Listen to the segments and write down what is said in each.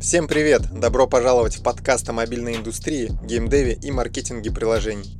Всем привет! Добро пожаловать в подкаст о мобильной индустрии, геймдеве и маркетинге приложений.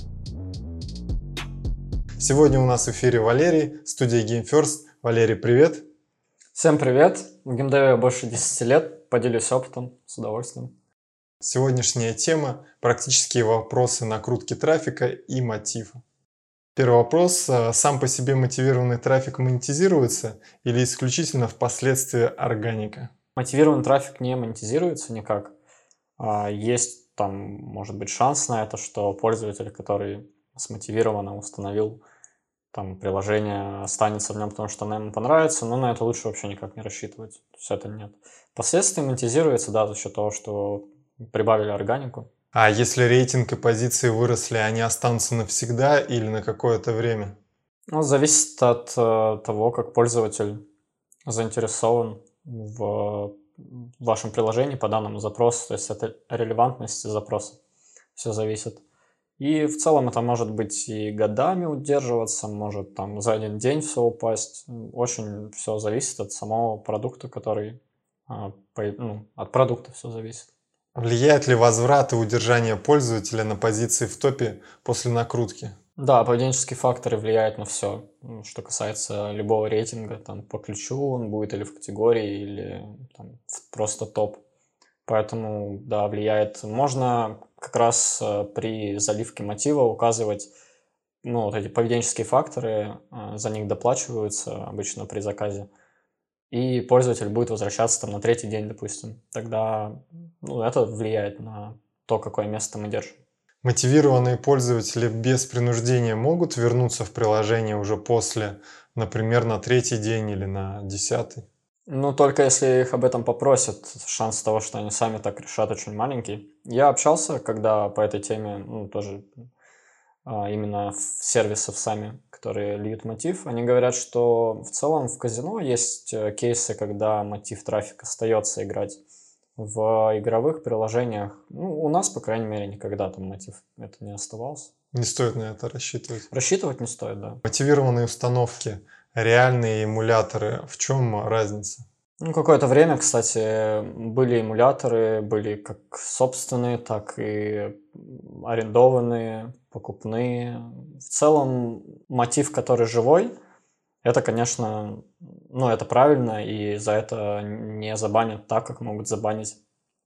Сегодня у нас в эфире Валерий, студия GameFirst. Валерий, привет! Всем привет! В геймдеве больше 10 лет, поделюсь опытом с удовольствием. Сегодняшняя тема – практические вопросы накрутки трафика и мотива. Первый вопрос. Сам по себе мотивированный трафик монетизируется или исключительно впоследствии органика? Мотивированный трафик не монетизируется никак. Есть там, может быть, шанс на это, что пользователь, который смотивированно установил там приложение, останется в нем, потому что оно ему понравится, но на это лучше вообще никак не рассчитывать. То есть это нет. Впоследствии монетизируется, да, за счет того, что прибавили органику. А если рейтинг и позиции выросли, они останутся навсегда или на какое-то время? Ну, зависит от того, как пользователь заинтересован в вашем приложении по данному запросу, то есть от релевантности запроса все зависит. И в целом это может быть и годами удерживаться, может там за один день все упасть. Очень все зависит от самого продукта, который, от продукта все зависит. Влияет ли возврат и удержание пользователя на позиции в топе после накрутки? Да, поведенческие факторы влияют на все, что касается любого рейтинга, там по ключу он будет или в категории, или там, просто топ. Поэтому, да, влияет. Можно как раз при заливке мотива указывать, вот эти поведенческие факторы, за них доплачиваются обычно при заказе, и пользователь будет возвращаться там на третий день, допустим. Тогда, это влияет на то, какое место мы держим. Мотивированные пользователи без принуждения могут вернуться в приложение уже после, например, на третий день или на 10-й? Только если их об этом попросят, шанс того, что они сами так решат, очень маленький. Я общался, когда по этой теме, тоже именно в сервисах сами, которые льют мотив, они говорят, что в целом в казино есть кейсы, когда мотив трафик остается играть. В игровых приложениях, у нас, по крайней мере, никогда там мотив это не оставался. Не стоит на это рассчитывать. Рассчитывать не стоит, да. Мотивированные установки, реальные эмуляторы, в чем разница? Какое-то время, кстати, были эмуляторы, были как собственные, так и арендованные, покупные. В целом, мотив, который живой, это, конечно, это правильно, и за это не забанят так, как могут забанить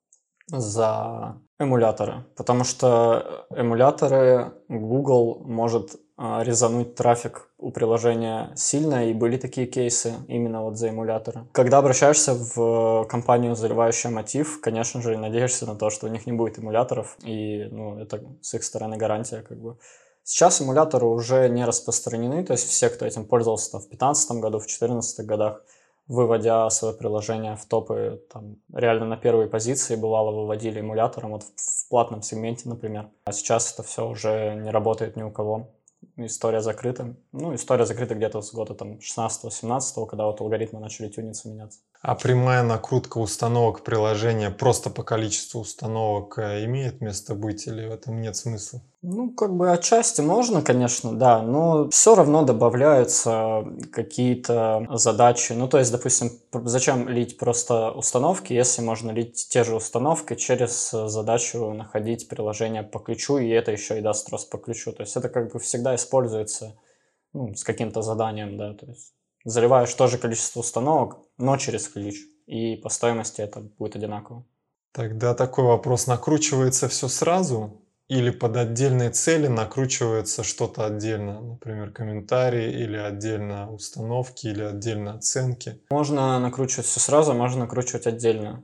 за эмуляторы. Потому что эмуляторы Google может резануть трафик у приложения сильно, и были такие кейсы именно вот за эмуляторы. Когда обращаешься в компанию, заливающую мотив, конечно же, надеешься на то, что у них не будет эмуляторов, и это с их стороны гарантия как бы. Сейчас эмуляторы уже не распространены, то есть все, кто этим пользовался в 2015 году, в 2014 годах, выводя свое приложение в топы, там, реально на первые позиции, бывало, выводили эмулятором, вот в платном сегменте, например. А сейчас это все уже не работает ни у кого. История закрыта. История закрыта где-то с года 16-17, когда вот алгоритмы начали тюниться, меняться. А прямая накрутка установок приложения просто по количеству установок имеет место быть или в этом нет смысла? Отчасти можно, конечно, да, но все равно добавляются какие-то задачи. То есть, допустим, зачем лить просто установки, если можно лить те же установки через задачу находить приложение по ключу, и это еще и даст рост по ключу. То есть это как бы всегда используется с каким-то заданием, да, то есть заливаешь то же количество установок, но через ключ, и по стоимости это будет одинаково. Тогда такой вопрос: накручивается все сразу или под отдельные цели накручивается что-то отдельно, например, комментарии, или отдельно установки, или отдельно оценки? Можно накручивать все сразу, можно накручивать отдельно.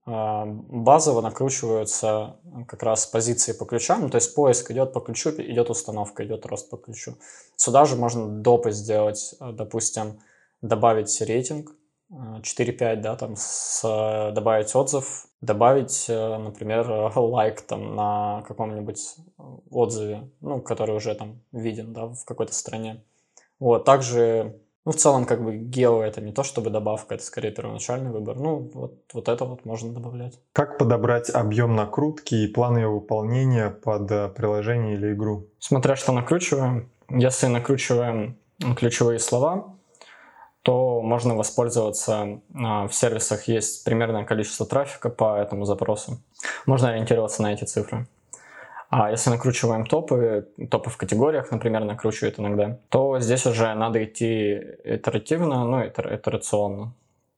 Базово накручиваются как раз позиции по ключам, то есть поиск идет по ключу, идет установка, идет рост по ключу. Сюда же можно допы сделать, допустим, добавить рейтинг 4-5, да, там добавить отзыв, добавить, например, лайк там на каком-нибудь отзыве, который уже там виден, да, в какой-то стране. Вот, также, в целом, как бы гео это не то чтобы добавка, это скорее первоначальный выбор. Вот это вот можно добавлять. Как подобрать объем накрутки и план ее выполнения под приложение или игру? Смотря что накручиваем. Если накручиваем ключевые слова, то можно воспользоваться, в сервисах есть примерное количество трафика по этому запросу. Можно ориентироваться на эти цифры. А если накручиваем топы в категориях, например, накручивают иногда, то здесь уже надо идти итеративно, итерационно.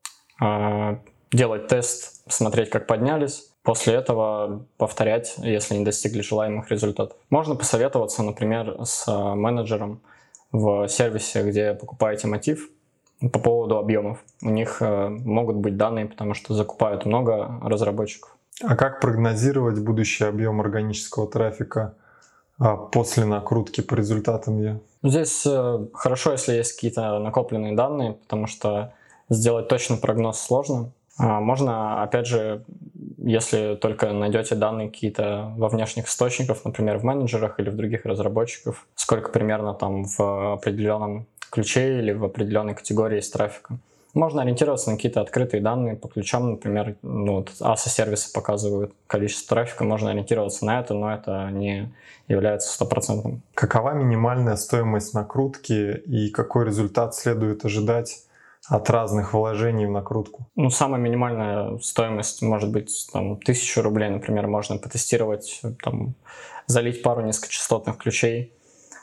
Делать тест, смотреть, как поднялись. После этого повторять, если не достигли желаемых результатов. Можно посоветоваться, например, с менеджером в сервисе, где покупаете мотив, по поводу объемов. У них могут быть данные, потому что закупают много разработчиков. А как прогнозировать будущий объем органического трафика после накрутки по результатам ее? Здесь хорошо, если есть какие-то накопленные данные, потому что сделать точный прогноз сложно. Можно, опять же, если только найдете данные какие-то во внешних источниках, например, в менеджерах или в других разработчиков, сколько примерно там в определенном ключе или в определенной категории есть трафика. Можно ориентироваться на какие-то открытые данные по ключам, например, ASA-сервисы показывают количество трафика, можно ориентироваться на это, но это не является стопроцентным. Какова минимальная стоимость накрутки и какой результат следует ожидать от разных вложений в накрутку? Самая минимальная стоимость может быть 1000 рублей, например, можно потестировать, залить пару низкочастотных ключей.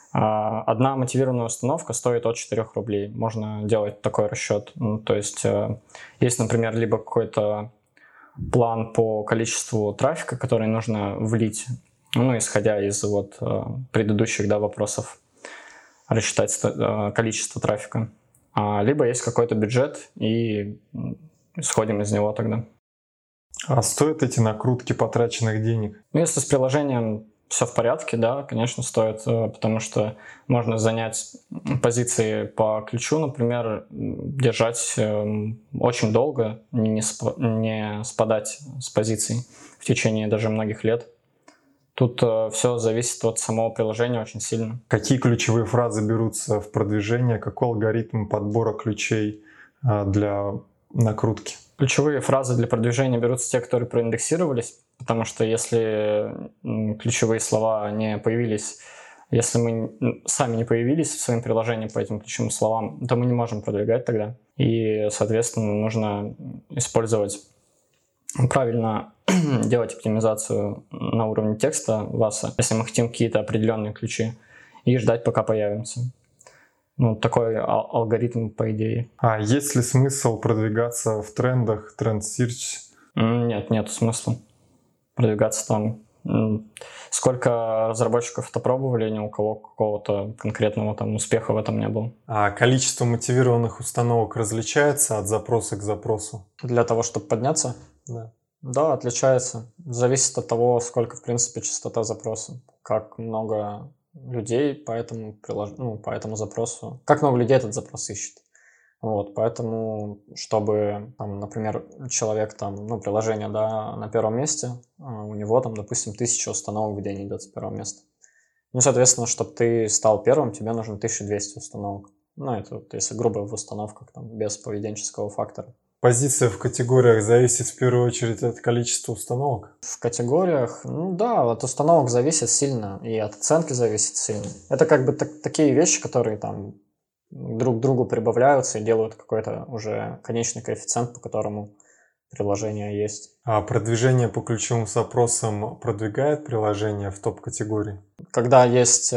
Одна мотивированная установка стоит от 4 рублей. Можно делать такой расчет. То есть есть, например, либо какой-то план по количеству трафика, который нужно влить, исходя из предыдущих вопросов, рассчитать количество трафика. Либо есть какой-то бюджет, и исходим из него тогда. А стоят эти накрутки потраченных денег? Если с приложением все в порядке, да, конечно, стоит, потому что можно занять позиции по ключу, например, держать очень долго, не спадать с позиций в течение даже многих лет. Тут все зависит от самого приложения очень сильно. Какие ключевые фразы берутся в продвижение? Какой алгоритм подбора ключей для накрутки? Ключевые фразы для продвижения берутся те, которые проиндексировались, потому что если ключевые слова не появились, если мы сами не появились в своем приложении по этим ключевым словам, то мы не можем продвигать тогда. И, соответственно, нужно использовать правильно делать оптимизацию на уровне текста VASA, если мы хотим какие-то определенные ключи, и ждать, пока появятся. Такой алгоритм, по идее. А есть ли смысл продвигаться в трендах, тренд search? Нет смысла продвигаться там. Сколько разработчиков это пробовали, ни у кого какого-то конкретного успеха в этом не было. А количество мотивированных установок различается от запроса к запросу? Для того, чтобы подняться? Да. Да, отличается. Зависит от того, сколько, в принципе, частота запроса. Как много людей по этому запросу. Как много людей этот запрос ищет. Поэтому, чтобы, например, человек, приложение, на первом месте, у него, допустим, 1000 установок в день идет с первого места. Соответственно, чтобы ты стал первым, тебе нужно 1200 установок. Это если грубо в установках, без поведенческого фактора. Позиция в категориях зависит в первую очередь от количества установок? В категориях, от установок зависит сильно, и от оценки зависит сильно. Это такие вещи, которые друг к другу прибавляются и делают какой-то уже конечный коэффициент, по которому приложение есть. А продвижение по ключевым запросам продвигает приложение в топ-категории? Когда есть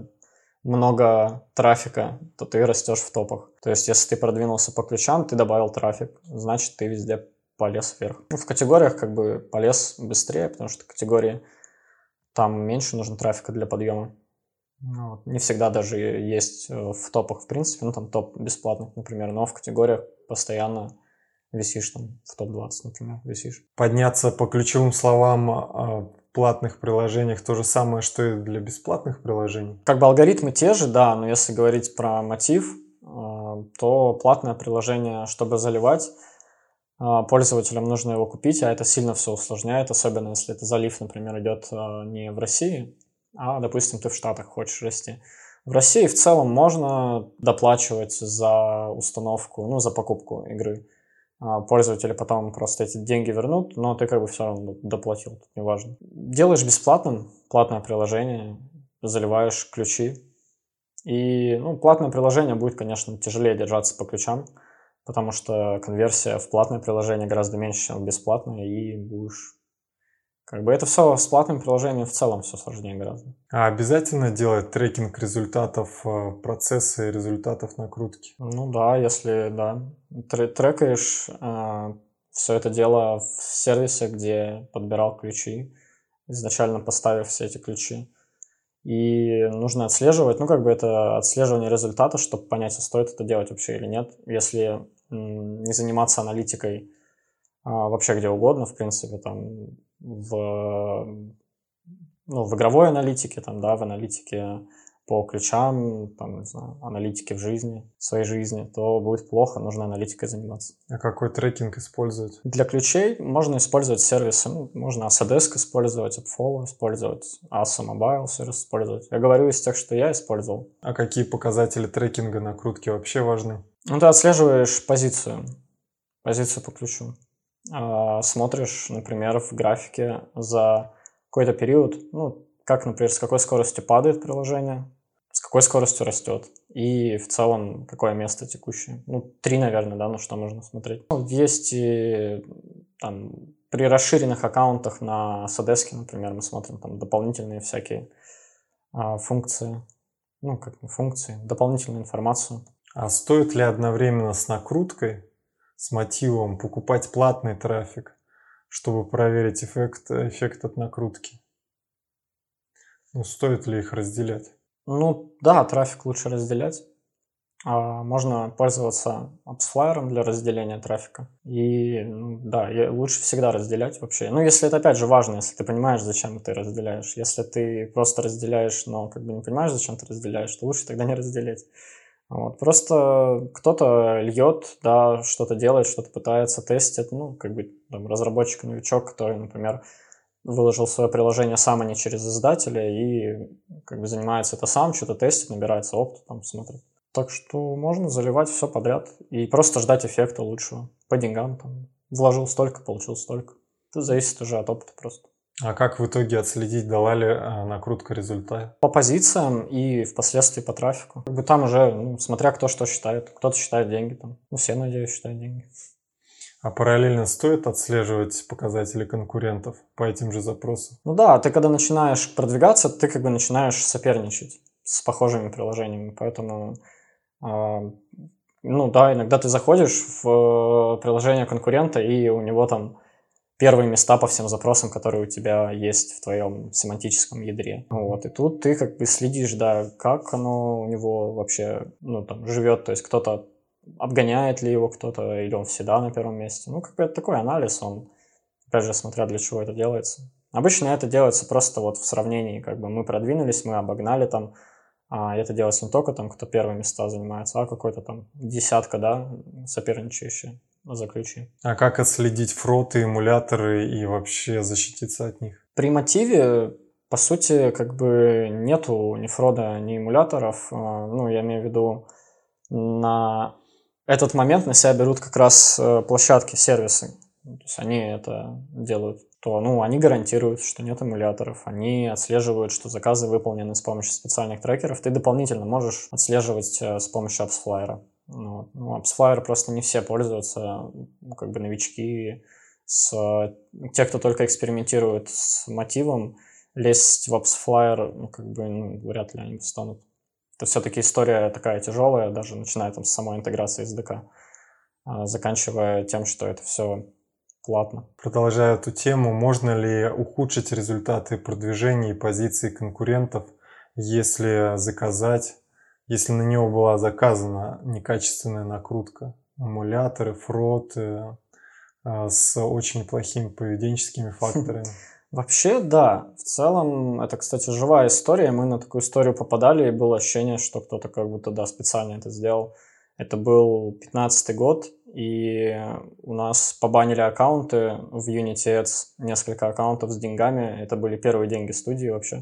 много трафика, то ты растешь в топах. То есть, если ты продвинулся по ключам, ты добавил трафик, значит, ты везде полез вверх. В категориях полез быстрее, потому что категории там меньше нужно трафика для подъема. Не всегда даже есть в топах, в принципе, топ бесплатных, например, но в категориях постоянно висишь в топ-20, например, висишь. Подняться по ключевым словам в платных приложениях то же самое, что и для бесплатных приложений? Алгоритмы те же, да, но если говорить про мотив, то платное приложение, чтобы заливать, пользователям нужно его купить, а это сильно все усложняет, особенно если это залив, например, идет не в России, а, допустим, ты в Штатах хочешь расти. В России в целом можно доплачивать за установку, за покупку игры. Пользователи потом просто эти деньги вернут, но ты все равно доплатил, тут неважно. Делаешь бесплатным платное приложение, заливаешь ключи И, ну, платное приложение будет, конечно, тяжелее держаться по ключам, потому что конверсия в платное приложение гораздо меньше, чем в бесплатное, и будешь... Как бы это все с платным приложением в целом все сложнее гораздо. А обязательно делать трекинг результатов процесса и результатов накрутки? Ну да, если, да, трекаешь все это дело в сервисе, где подбирал ключи, изначально поставив все эти ключи. И нужно отслеживать, ну, как бы это отслеживание результата, чтобы понять, а стоит это делать вообще или нет. Если не заниматься аналитикой вообще где угодно, в принципе, там, в игровой аналитике, там, да, в аналитике по ключам, там, не знаю, аналитике в жизни, в своей жизни, то будет плохо, нужно аналитикой заниматься. А какой трекинг использовать? Для ключей можно использовать сервисы, ну, можно ACDesk использовать, AppFollow использовать, ASO Mobile сервис использовать. Я говорю из тех, что я использовал. А какие показатели трекинга накрутки вообще важны? Ну, ты отслеживаешь позицию по ключу. Смотришь, например, в графике за какой-то период, ну, как, например, с какой скоростью падает приложение, с какой скоростью растет, и в целом какое место текущее. Ну, 3, наверное, да, на что можно смотреть. Есть и там при расширенных аккаунтах на Sadesk, например, мы смотрим там дополнительные всякие функции, ну, как не функции, дополнительную информацию. А стоит ли одновременно с накруткой, с мотивом покупать платный трафик, чтобы проверить эффект от накрутки? Ну, стоит ли их разделять? Ну, да, трафик лучше разделять. Можно пользоваться AppsFlyer для разделения трафика. И, ну, да, лучше всегда разделять вообще. Ну, если это, опять же, важно, если ты понимаешь, зачем ты разделяешь. Если ты просто разделяешь, но как бы не понимаешь, зачем ты разделяешь, то лучше тогда не разделять. Вот. Просто кто-то льет, да, что-то делает, что-то пытается, тестит. Ну, как бы там разработчик-новичок, который, например, выложил свое приложение сам, а не через издателя, и как бы занимается это сам, что-то тестит, набирается опыт, там смотрит. Так что можно заливать все подряд и просто ждать эффекта лучшего. По деньгам там. Вложил столько, получил столько. Это зависит уже от опыта просто. А как в итоге отследить, дала ли накрутка результат? По позициям и впоследствии по трафику. Как бы там уже, ну, смотря кто что считает. Кто-то считает деньги там. Ну, все, надеюсь, считают деньги. А параллельно стоит отслеживать показатели конкурентов по этим же запросам? Ну да, ты когда начинаешь продвигаться, ты как бы начинаешь соперничать с похожими приложениями. Поэтому, ну да, иногда ты заходишь в приложение конкурента, и у него там первые места по всем запросам, которые у тебя есть в твоем семантическом ядре. Вот, и тут ты как бы следишь, да, как оно у него вообще, ну, там, живет, то есть кто-то обгоняет ли его кто-то, или он всегда на первом месте. Ну, как бы это такой анализ, он, опять же, смотря для чего это делается. Обычно это делается просто вот в сравнении, как бы мы продвинулись, мы обогнали там, это делается не только там, кто первые места занимается, а какой-то там десятка, да, соперничающие за ключи. А как отследить фроты, эмуляторы и вообще защититься от них? При мотиве, по сути, как бы нету ни фрода, ни эмуляторов. Ну, я имею в виду, на этот момент на себя берут как раз площадки, сервисы. То есть они это делают. То, ну, они гарантируют, что нет эмуляторов. Они отслеживают, что заказы выполнены с помощью специальных трекеров. Ты дополнительно можешь отслеживать с помощью AppsFlyer. Ну, AppsFlyer просто не все пользуются, ну, как бы новички. Те, кто только экспериментирует с мотивом, лезть в AppsFlyer, ну, как бы, ну, вряд ли они станут. Это все-таки история такая тяжелая, даже начиная там с самой интеграции SDK, заканчивая тем, что это все платно. Продолжая эту тему, можно ли ухудшить результаты продвижения и позиции конкурентов, если на него была заказана некачественная накрутка, эмуляторы, фроты с очень плохими поведенческими факторами? Вообще, да. В целом, это, кстати, живая история. Мы на такую историю попадали, и было ощущение, что кто-то как будто, да, специально это сделал. Это был 15-й год, и у нас побанили аккаунты в Unity Ads, несколько аккаунтов с деньгами. Это были первые деньги студии вообще.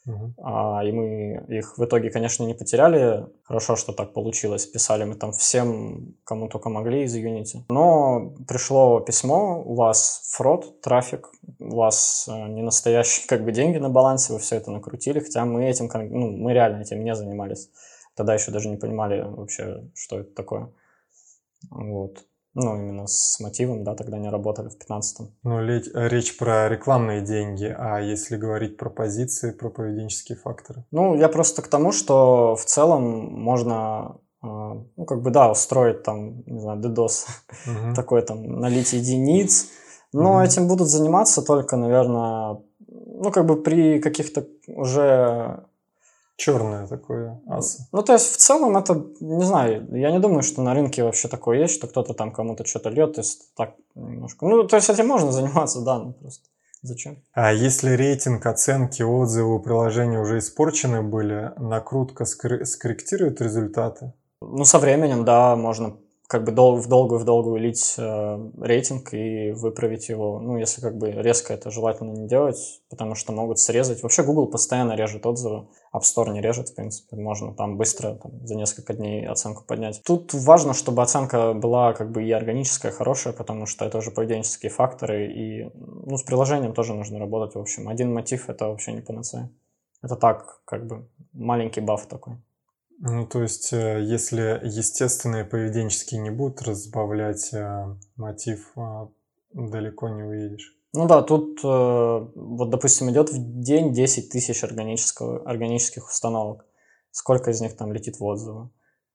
И мы их в итоге, конечно, не потеряли. Хорошо, что так получилось. Писали мы там всем, кому только могли из Unity. Но пришло письмо, у вас фрод, трафик, у вас не настоящие как бы деньги на балансе, вы все это накрутили, хотя мы этим, ну, мы реально этим не занимались. Тогда еще даже не понимали вообще, что это такое. Вот. Ну, именно с мотивом, да, тогда не работали в 15-м. Ну, речь про рекламные деньги, а если говорить про позиции, про поведенческие факторы? Ну, я просто к тому, что в целом можно, ну, как бы, да, устроить там, не знаю, DDoS, Мгм. такой там, налить единиц, но Мгм. этим будут заниматься только, наверное, ну, как бы при каких-то уже... Черное такое аса. Ну, то есть, в целом, это, не знаю, я не думаю, что на рынке вообще такое есть, что кто-то там кому-то что-то льет, то есть, так немножко... Ну, то есть, этим можно заниматься, да, ну, просто зачем? А если рейтинг, оценки, отзывы у приложения уже испорчены были, накрутка скорректирует результаты? Ну, со временем, да, можно как бы в долгую лить рейтинг и выправить его. Ну, если как бы резко это желательно не делать, потому что могут срезать. Вообще Google постоянно режет отзывы, App Store не режет, в принципе. Можно там быстро там, за несколько дней оценку поднять. Тут важно, чтобы оценка была как бы и органическая, хорошая, потому что это уже поведенческие факторы. И ну, с приложением тоже нужно работать, в общем. Один мотив — это вообще не панацея. Это так, как бы маленький баф такой. Ну, то есть, если естественные поведенческие не будут разбавлять мотив, далеко не уедешь. Ну да, тут вот, допустим, идет в день 10 тысяч органических установок. Сколько из них там летит в отзывы?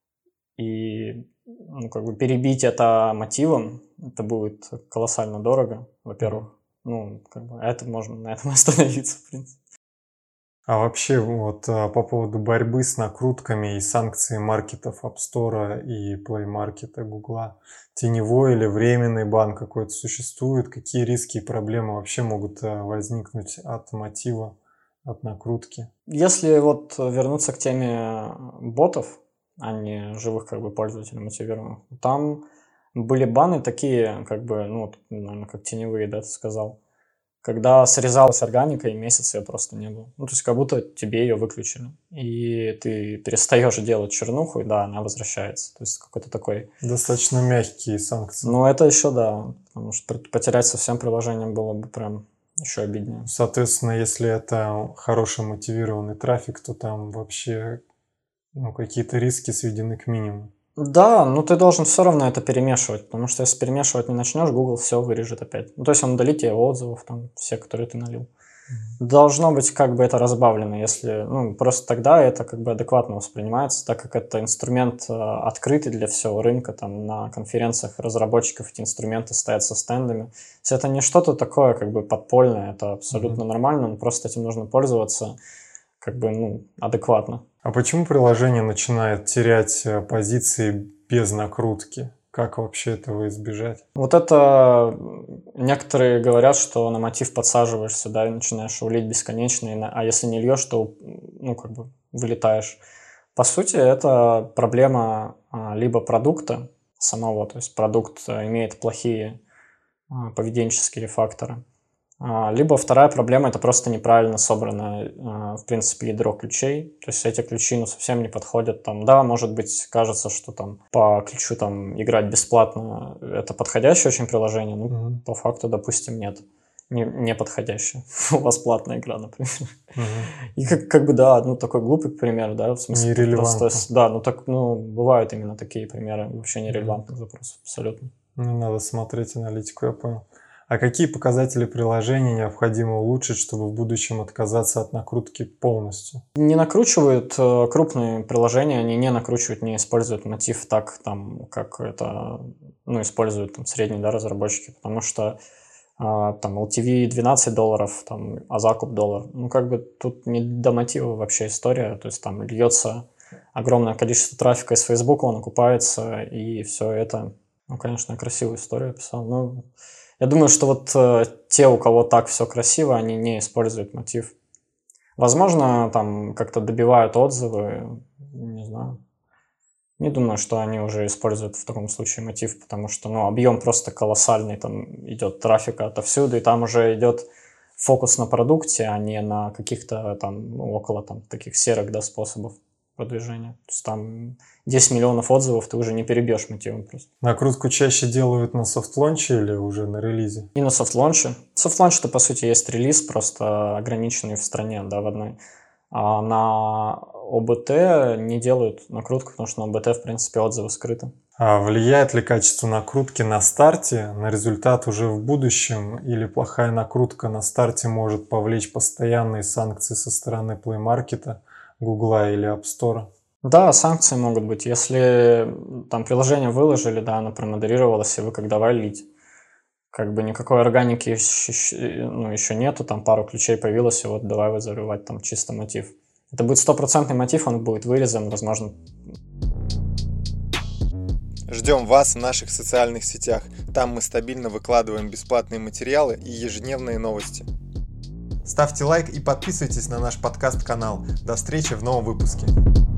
И ну, как бы перебить это мотивом, это будет колоссально дорого, во-первых. Ну, как бы, это можно на этом остановиться, в принципе. А вообще, вот по поводу борьбы с накрутками и санкций маркетов App Store и Play Market Гугла, теневой или временный бан какой-то существует? Какие риски и проблемы вообще могут возникнуть от мотива, от накрутки? Если вот вернуться к теме ботов, а не живых как бы пользователей мотивированных, там были баны такие, как бы, ну, вот, наверное, как теневые, да, ты сказал. Когда срезалась органика, и месяц ее просто не было. Ну, то есть как будто тебе ее выключили. И ты перестаешь делать чернуху, и да, она возвращается. То есть какой-то такой... Достаточно мягкие санкции. Ну, это еще да, потому что потерять совсем приложение было бы прям еще обиднее. Соответственно, если это хороший мотивированный трафик, то там вообще какие-то риски сведены к минимуму. Да, но ты должен все равно это перемешивать, потому что если перемешивать не начнешь, Google все вырежет опять. Ну, то есть он удалит тебе отзывов, там, все, которые ты налил. Должно быть как бы это разбавлено, если, ну, просто тогда это как бы адекватно воспринимается, так как это инструмент открытый для всего рынка, там на конференциях разработчиков эти инструменты стоят со стендами. То есть это не что-то такое как бы подпольное, это абсолютно нормально, но просто этим нужно пользоваться как бы, ну, адекватно. А почему приложение начинает терять позиции без накрутки? Как вообще этого избежать? Вот это некоторые говорят, что на мотив подсаживаешься, да, и начинаешь улить бесконечно, а если не льешь, то, ну, как бы вылетаешь. По сути, это проблема либо продукта самого, то есть продукт имеет плохие поведенческие факторы, либо вторая проблема — это просто неправильно собранное, в принципе, ядро ключей. То есть эти ключи, ну, совсем не подходят. Там, да, может быть, кажется, что там по ключу там играть бесплатно — это подходящее очень приложение, ну, по факту, допустим, нет. Не подходящее. У вас платная игра, например. И как бы, да, ну, такой глупый пример, да, в смысле, Нерелевантно. да, ну, так, ну, бывают именно такие примеры вообще нерелевантных запросов, абсолютно. Ну, надо смотреть аналитику, я понял. А какие показатели приложения необходимо улучшить, чтобы в будущем отказаться от накрутки полностью? Не накручивают крупные приложения, они не накручивают, не используют мотив так, там, как это, ну, используют там средние, да, разработчики, потому что там LTV $12, там, а закуп $1. Ну, как бы тут не до мотива вообще история, то есть там льется огромное количество трафика из Facebook, он окупается, и все это, ну, конечно, красивую историю описал, но я думаю, что вот те, у кого так все красиво, они не используют мотив. Возможно, там как-то добивают отзывы, не знаю. Не думаю, что они уже используют в таком случае мотив, потому что, ну, объем просто колоссальный, там идет трафика отовсюду, и там уже идет фокус на продукте, а не на каких-то там, ну, около там таких серых, да, способов продвижения. То есть там 10 миллионов отзывов ты уже не перебьешь мотивом просто. Накрутку чаще делают на софт-лонче или уже на релизе? И на софт-лонче. Софт-лонч — это, по сути, есть релиз, просто ограниченный в стране, да, в одной. А на ОБТ не делают накрутку, потому что на ОБТ, в принципе, отзывы скрыты. А влияет ли качество накрутки на старте, на результат уже в будущем, или плохая накрутка на старте может повлечь постоянные санкции со стороны Play Market, Гугла или App Store? Да, санкции могут быть. Если там приложение выложили, да, оно промодерировалось, и вы как давай лить. Как бы никакой органики еще нету, там пару ключей появилось, и вот давай вы заливать там чисто мотив. Это будет 100% мотив, он будет вырезан, возможно. Ждем вас в наших социальных сетях. Там мы стабильно выкладываем бесплатные материалы и ежедневные новости. Ставьте лайк и подписывайтесь на наш подкаст-канал. До встречи в новом выпуске.